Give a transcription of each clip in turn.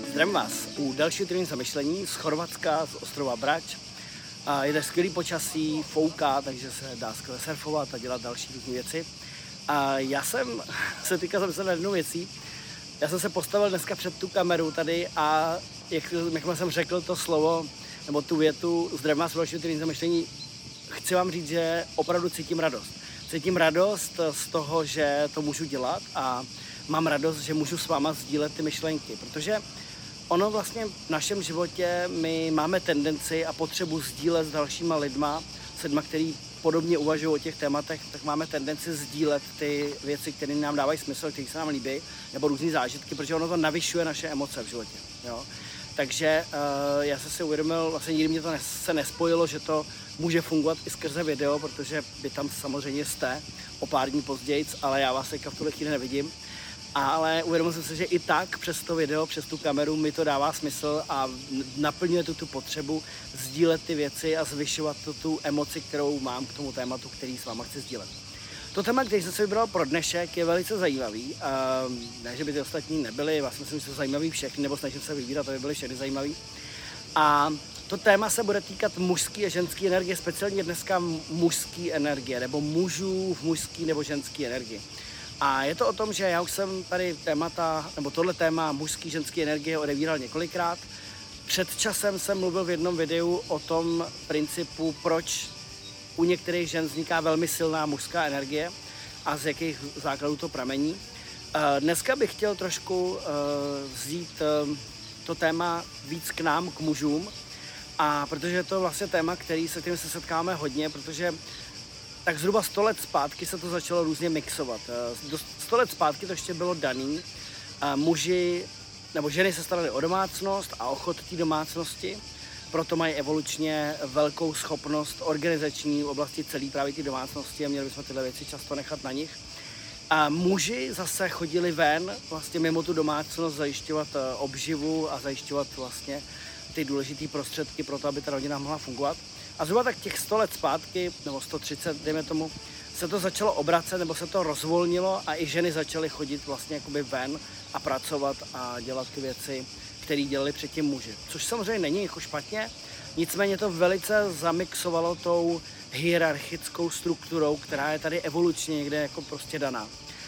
Zdravím vás u dalšího týdenního zamyšlení z Chorvatska, z ostrova Brač. Je to skvělý počasí, fouká, takže se dá skvěle surfovat a dělat další různé věci. Já jsem se teďka zamyslel na jednu věcí. Já jsem se postavil dneska před tu kameru tady a jakmile jsem řekl to slovo, nebo tu větu, zdravím vás u dalšího týdenního zamyšlení, chci vám říct, že opravdu cítím radost. Cítím radost z toho, že to můžu dělat a mám radost, že můžu s váma sdílet ty myšlenky, protože ono vlastně v našem životě my máme tendenci a potřebu sdílet s dalšíma lidma, kteří podobně uvažují o těch tématech, tak máme tendenci sdílet ty věci, které nám dávají smysl, které se nám líbí, nebo různý zážitky, protože ono to navyšuje naše emoce v životě. Jo? Takže já jsem si uvědomil, vlastně nikdy mě to se nespojilo, že to může fungovat i skrze video, protože vy tam samozřejmě jste o pár dní později, ale já vás teďka v tuhle chvíli nevidím. Ale uvědomil jsem si, že i tak přes to video, přes tu kameru mi to dává smysl a naplňuje tu potřebu sdílet ty věci a zvyšovat tu emoci, kterou mám k tomu tématu, který s váma chci sdílet. To téma, který jsem si vybral pro dnešek, je velice zajímavý. Ne, že by ty ostatní nebyly, já si myslím, že jsou zajímavý všechny, nebo snažím se vybírat, aby byly všechny zajímavý. A to téma se bude týkat mužské a ženské energie, speciálně dneska mužské energie, nebo mužů v mužské nebo ženské energii. A je to o tom, že já už jsem tady tohle téma mužské, ženské energie odevíral několikrát. Před časem jsem mluvil v jednom videu o tom principu, proč u některých žen vzniká velmi silná mužská energie a z jakých základů to pramení. Dneska bych chtěl trošku vzít to téma víc k nám, k mužům, a protože je to vlastně téma, se kterým se setkáme hodně, protože tak zhruba 100 let zpátky se to začalo různě mixovat. 100 let zpátky to ještě bylo daný. Muži nebo ženy se starali o domácnost a o chod té domácnosti, proto mají evolučně velkou schopnost organizační v oblasti celé právě té domácnosti a měli bychom tyhle věci často nechat na nich. A muži zase chodili ven, vlastně mimo tu domácnost, zajišťovat obživu a zajišťovat vlastně ty důležité prostředky pro to, aby ta rodina mohla fungovat. A zhruba tak těch 100 let zpátky, nebo 130, dejme tomu, se to začalo obracet, nebo se to rozvolnilo a i ženy začaly chodit vlastně jakoby ven a pracovat a dělat ty věci, které dělali předtím muži. Což samozřejmě není jako špatně, nicméně to velice zamixovalo tou hierarchickou strukturou, která je tady evolučně někde jako prostě daná.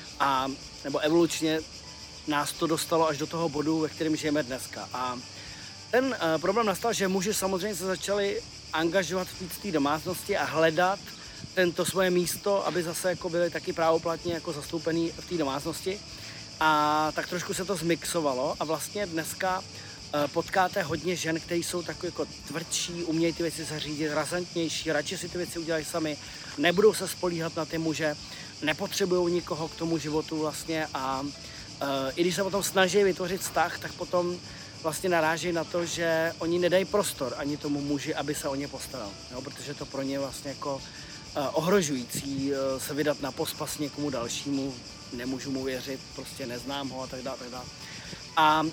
Nebo evolučně nás to dostalo až do toho bodu, ve kterém žijeme dneska. A ten problém nastal, že muži samozřejmě se začali angažovat v té domácnosti a hledat to svoje místo, aby zase jako byli taky právoplatně jako zastoupený v té domácnosti. A tak trošku se to zmixovalo a vlastně dneska potkáte hodně žen, které jsou takové jako tvrdší, umějí ty věci zařídit, razantnější, radši si ty věci udělají sami, nebudou se spolíhat na ty muže, nepotřebují nikoho k tomu životu vlastně a i když se potom snaží vytvořit vztah, tak potom vlastně narážejí na to, že oni nedají prostor ani tomu muži, aby se o ně postaral, jo? Protože to pro ně vlastně jako ohrožující se vydat na pospas někomu dalšímu, nemůžu mu věřit, prostě neznám ho a tak dále. A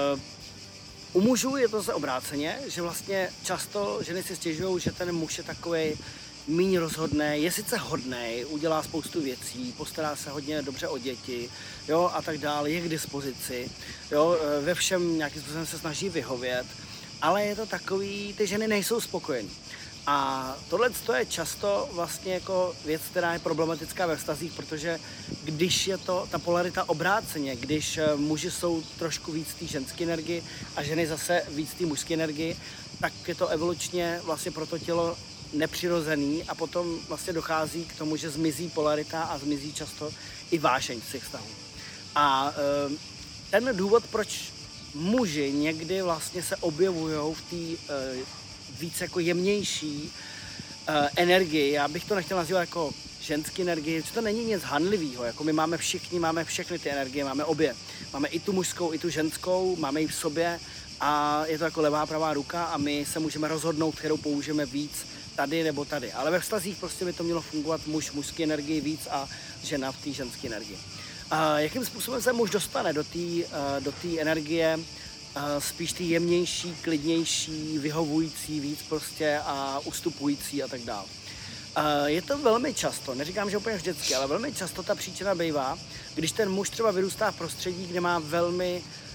u mužů je to zase obráceně, že vlastně často ženy si stěžují, že ten muž je takovej míň rozhodný, je sice hodnej, udělá spoustu věcí, postará se hodně dobře o děti, jo, a tak dále, je k dispozici, jo, ve všem nějakým způsobem se snaží vyhovět, ale je to takový, ty ženy nejsou spokojený. A tohle je často vlastně jako věc, která je problematická ve vztazích, protože když je to ta polarita obráceně, když muži jsou trošku víc té ženské energii a ženy zase víc té mužské energii, tak je to evolučně vlastně pro to tělo nepřirozený a potom vlastně dochází k tomu, že zmizí polarita a zmizí často i vášeň z těch vztahů. A ten důvod, proč muži někdy vlastně se objevují v té víc jako jemnější energii, já bych to nechtěl nazývat jako ženské energii, že to není nic hanlivého, jako my máme všechny ty energie, máme obě. Máme i tu mužskou, i tu ženskou, máme ji v sobě a je to jako levá, pravá ruka a my se můžeme rozhodnout, kterou použijeme víc tady nebo tady. Ale ve vztazích prostě by to mělo fungovat muž v mužské energii víc a žena v té ženské energii. Jakým způsobem se muž dostane do té energie spíš ty jemnější, klidnější, vyhovující víc prostě a ustupující a tak dále. Je to velmi často, neříkám, že úplně vždycky, ale velmi často ta příčina bývá, když ten muž třeba vyrůstá v prostředí, kde má velmi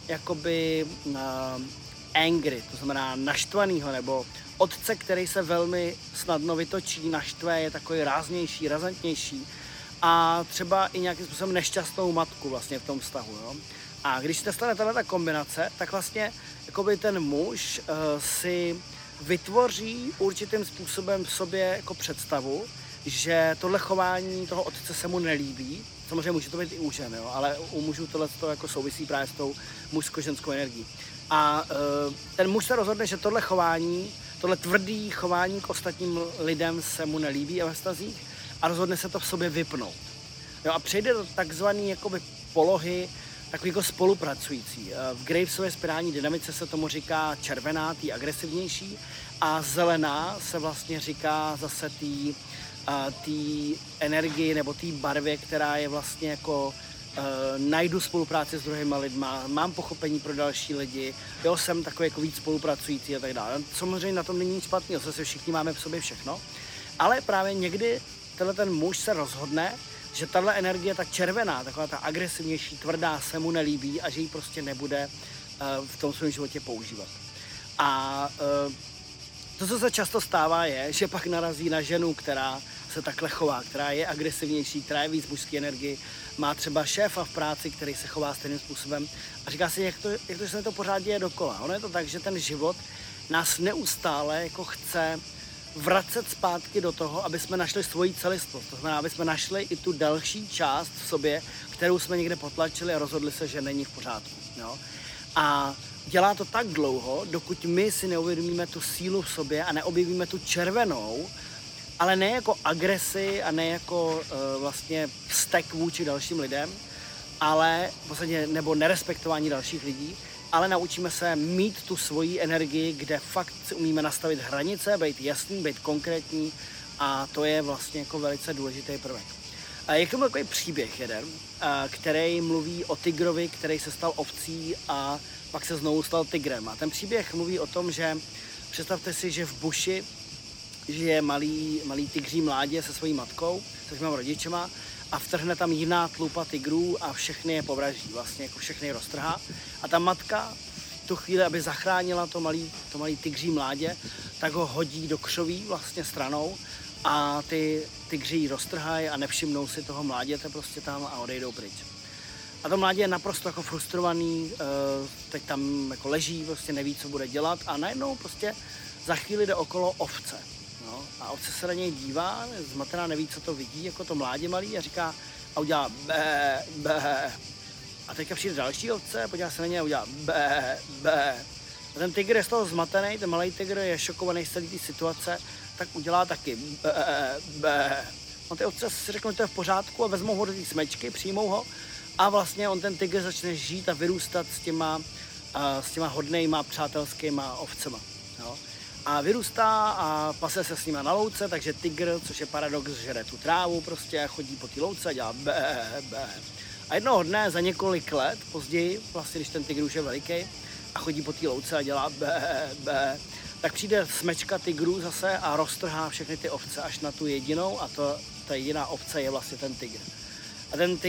jakoby angry, to znamená naštvanýho, nebo otce, který se velmi snadno vytočí, naštve, je takový ráznější, razantnější a třeba i nějakým způsobem nešťastnou matku vlastně v tom vztahu. Jo? A když nastane tato kombinace, tak vlastně jakoby ten muž si vytvoří určitým způsobem v sobě jako představu, že tohle chování toho otce se mu nelíbí. Samozřejmě může to být i u žen, jo? Ale u mužů tohle jako souvisí právě s tou mužsko-ženskou energií. A ten muž se rozhodne, že tohle chování, tohle tvrdý chování k ostatním lidem se mu nelíbí a ve vztazích a rozhodne se to v sobě vypnout. Jo? A přejde do takzvané jakoby polohy takový jako spolupracující. V Gravesově spirální dynamice se tomu říká červená, tý agresivnější, a zelená se vlastně říká zase tý energii nebo tý barvě, která je vlastně jako najdu spolupráci s druhýma lidma, mám pochopení pro další lidi, jo, jsem takový jako víc spolupracující a tak dále. Samozřejmě na tom není nic špatného, zase všichni máme v sobě všechno, ale právě někdy ten muž se rozhodne, že tahle energie, ta červená, taková ta agresivnější, tvrdá, se mu nelíbí a že ji prostě nebude v tom svém životě používat. A to, co se často stává, je, že pak narazí na ženu, která se takhle chová, která je agresivnější, která je víc mužské energii, má třeba šéfa v práci, který se chová stejným způsobem a říká si, jak to se to pořád děje dokola. Ono je to tak, že ten život nás neustále jako chce vracet zpátky do toho, aby jsme našli svoji celistvost. To znamená, aby jsme našli i tu další část v sobě, kterou jsme někde potlačili a rozhodli se, že není v pořádku. Jo? A dělá to tak dlouho, dokud my si neuvědomíme tu sílu v sobě a neobjevíme tu červenou, ale ne jako agresi a ne jako vlastně vztek vůči dalším lidem, ale v podstatě, nebo nerespektování dalších lidí, ale naučíme se mít tu svoji energii, kde fakt si umíme nastavit hranice, být jasný, být konkrétní a to je vlastně jako velice důležitý prvek. A je k tomu takový příběh jeden, který mluví o tygrovi, který se stal ovcí a pak se znovu stal tygrem. A ten příběh mluví o tom, že představte si, že v buši žije malý tygří mládě se svojí matkou, se svýma rodičema a vtrhne tam jiná tlupa tygrů a všechny je povraždí, vlastně jako všechny je roztrhá. A ta matka v tu chvíli, aby zachránila to malý tygří mládě, tak ho hodí do křoví vlastně stranou a ty tygři roztrhají a nevšimnou si toho mláděte prostě tam a odejdou pryč. A to mládě je naprosto jako frustrovaný, teď tam jako leží, prostě neví, co bude dělat a najednou prostě za chvíli jde okolo ovce. No, a ovce se na něj dívá, zmatená, neví, co to vidí, jako to mládě malý a říká a udělá bé, bé. A teďka přijde další ovce, podívá se na něj a udělá bé, bé. A ten tygr je z toho zmatený, ten malý tygr je šokovaný z celé té situace, tak udělá taky bé, bé. A ty ovce si řeknou, že to je v pořádku a vezmou ho do té smečky, přijmou ho a vlastně on ten tygr začne žít a vyrůstat s těma hodnejma, přátelskýma ovcema. Jo? A vyrůstá a pase se s nima na louce, takže tygr, což je paradox, žere tu trávu prostě a chodí po té louce a dělá bé, bé. A jednoho dne za několik let později, vlastně když ten tygr už je veliký a chodí po té louce a dělá bé, bé, tak přijde smečka tygrů zase a roztrhá všechny ty ovce až na tu jedinou a ta jediná ovce je vlastně ten tygr. A ten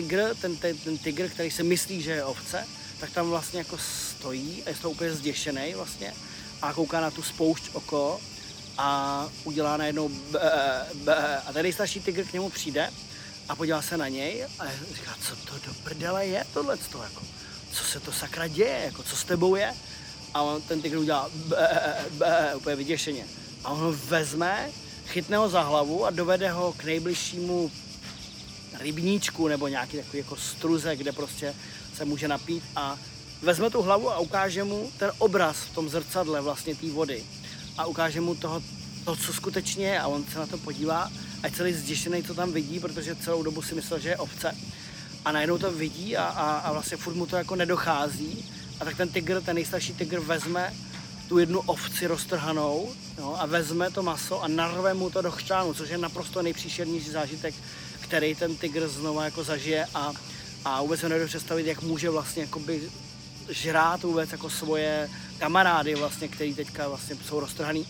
tygr, který si myslí, že je ovce, tak tam vlastně jako stojí a je to úplně zděšený vlastně a kouká na tu spoušť okolo a udělá najednou bé, bé. A ten nejstarší tygr k němu přijde a podívá se na něj a říká, co to do prdele je tohleto, jako, co se to sakra děje, jako, co s tebou je? A on, ten tygr udělá bé, bé, úplně vyděšeně. A on ho vezme, chytne ho za hlavu a dovede ho k nejbližšímu rybníčku nebo nějaký takový jako struze, kde prostě se může napít a vezme tu hlavu a ukáže mu ten obraz v tom zrcadle vlastně té vody a ukáže mu to, co skutečně je a on se na to podívá a je celý zděšený, co tam vidí, protože celou dobu si myslel, že je ovce a najednou to vidí a vlastně furt mu to jako nedochází a tak ten tygr, ten nejstarší tygr vezme tu jednu ovci roztrhanou, jo, a vezme to maso a narve mu to do chřtánu, což je naprosto nejpříšernější zážitek, který ten tygr znova jako zažije a vůbec se nedovedu představit, jak může vlastně jakoby žrát vůbec jako svoje kamarády vlastně, který teďka vlastně jsou roztrhaný.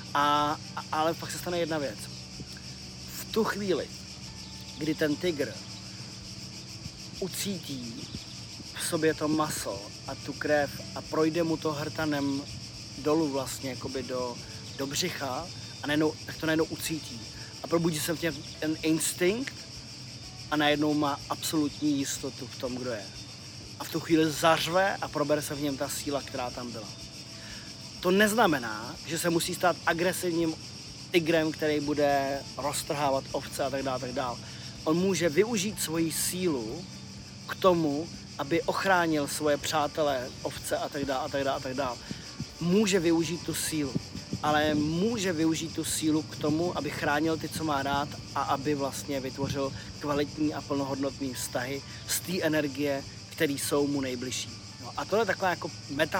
Ale pak se stane jedna věc. V tu chvíli, kdy ten tygr ucítí sobě to maso a tu krev a projde mu to hrtanem dolů vlastně, jakoby do břicha a najednou, tak to najednou ucítí. A probudí se v něm ten instinkt a najednou má absolutní jistotu v tom, kdo je. A v tu chvíli zařve a probere se v něm ta síla, která tam byla. To neznamená, že se musí stát agresivním tigrem, který bude roztrhávat ovce a tak dále, tak dále. On může využít svoji sílu k tomu, aby ochránil svoje přátele, ovce a tak dále, a tak dále, a tak dále. Může využít tu sílu, ale může využít tu sílu k tomu, aby chránil ty, co má rád a aby vlastně vytvořil kvalitní a plnohodnotné vztahy z té energie, které jsou mu nejbližší. No a to je takový jako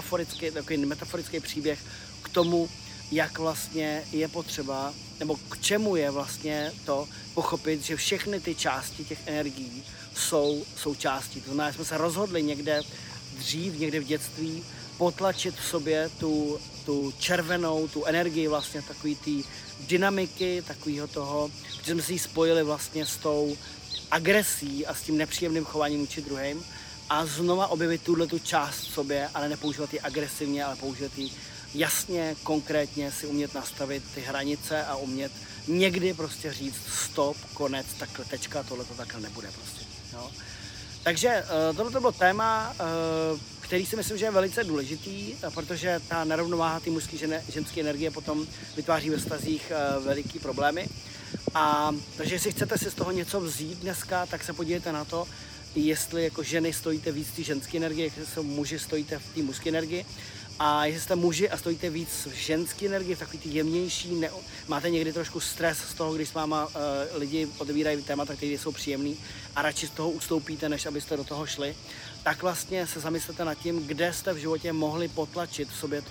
metaforický příběh k tomu, jak vlastně je potřeba, nebo k čemu je vlastně to pochopit, že všechny ty části těch energií jsou součástí. To znamená, že jsme se rozhodli někde dřív, někde v dětství, potlačit v sobě tu červenou, tu energii vlastně takový té dynamiky, takového toho, že jsme si ji spojili vlastně s tou agresí a s tím nepříjemným chováním vůči druhým a znova objevit tu část v sobě, ale nepoužívat ji agresivně, ale používat ji jasně, konkrétně, si umět nastavit ty hranice a umět někdy prostě říct stop, konec, takhle tečka, tohle to takhle nebude prostě. Jo? Takže tohle to bylo téma, který si myslím, že je velice důležitý, protože ta nerovnováha té mužské ženské energie potom vytváří ve vztazích veliký problémy. A takže jestli chcete si z toho něco vzít dneska, tak se podívejte na to, jestli jako ženy stojíte víc té ženské energie, jestli jsou muži stojíte v té mužské energii. A jestli jste muži a stojíte víc v ženské energii, v takový ty jemnější, máte někdy trošku stres z toho, když s váma lidi otevírají témata, které jsou příjemný a radši z toho ustoupíte, než abyste do toho šli, tak vlastně se zamyslete nad tím, kde jste v životě mohli potlačit v sobě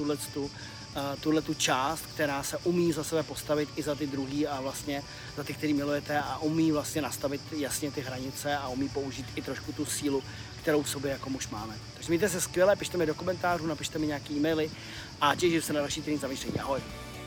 tuhletu část, která se umí za sebe postavit i za ty druhý a vlastně za ty, který milujete a umí vlastně nastavit jasně ty hranice a umí použít i trošku tu sílu, kterou v sobě jako muž máme. Takže mějte se skvěle, pište mi do komentářů, napište mi nějaký e-maily a těším se na další týden zamýšlení. Ahoj!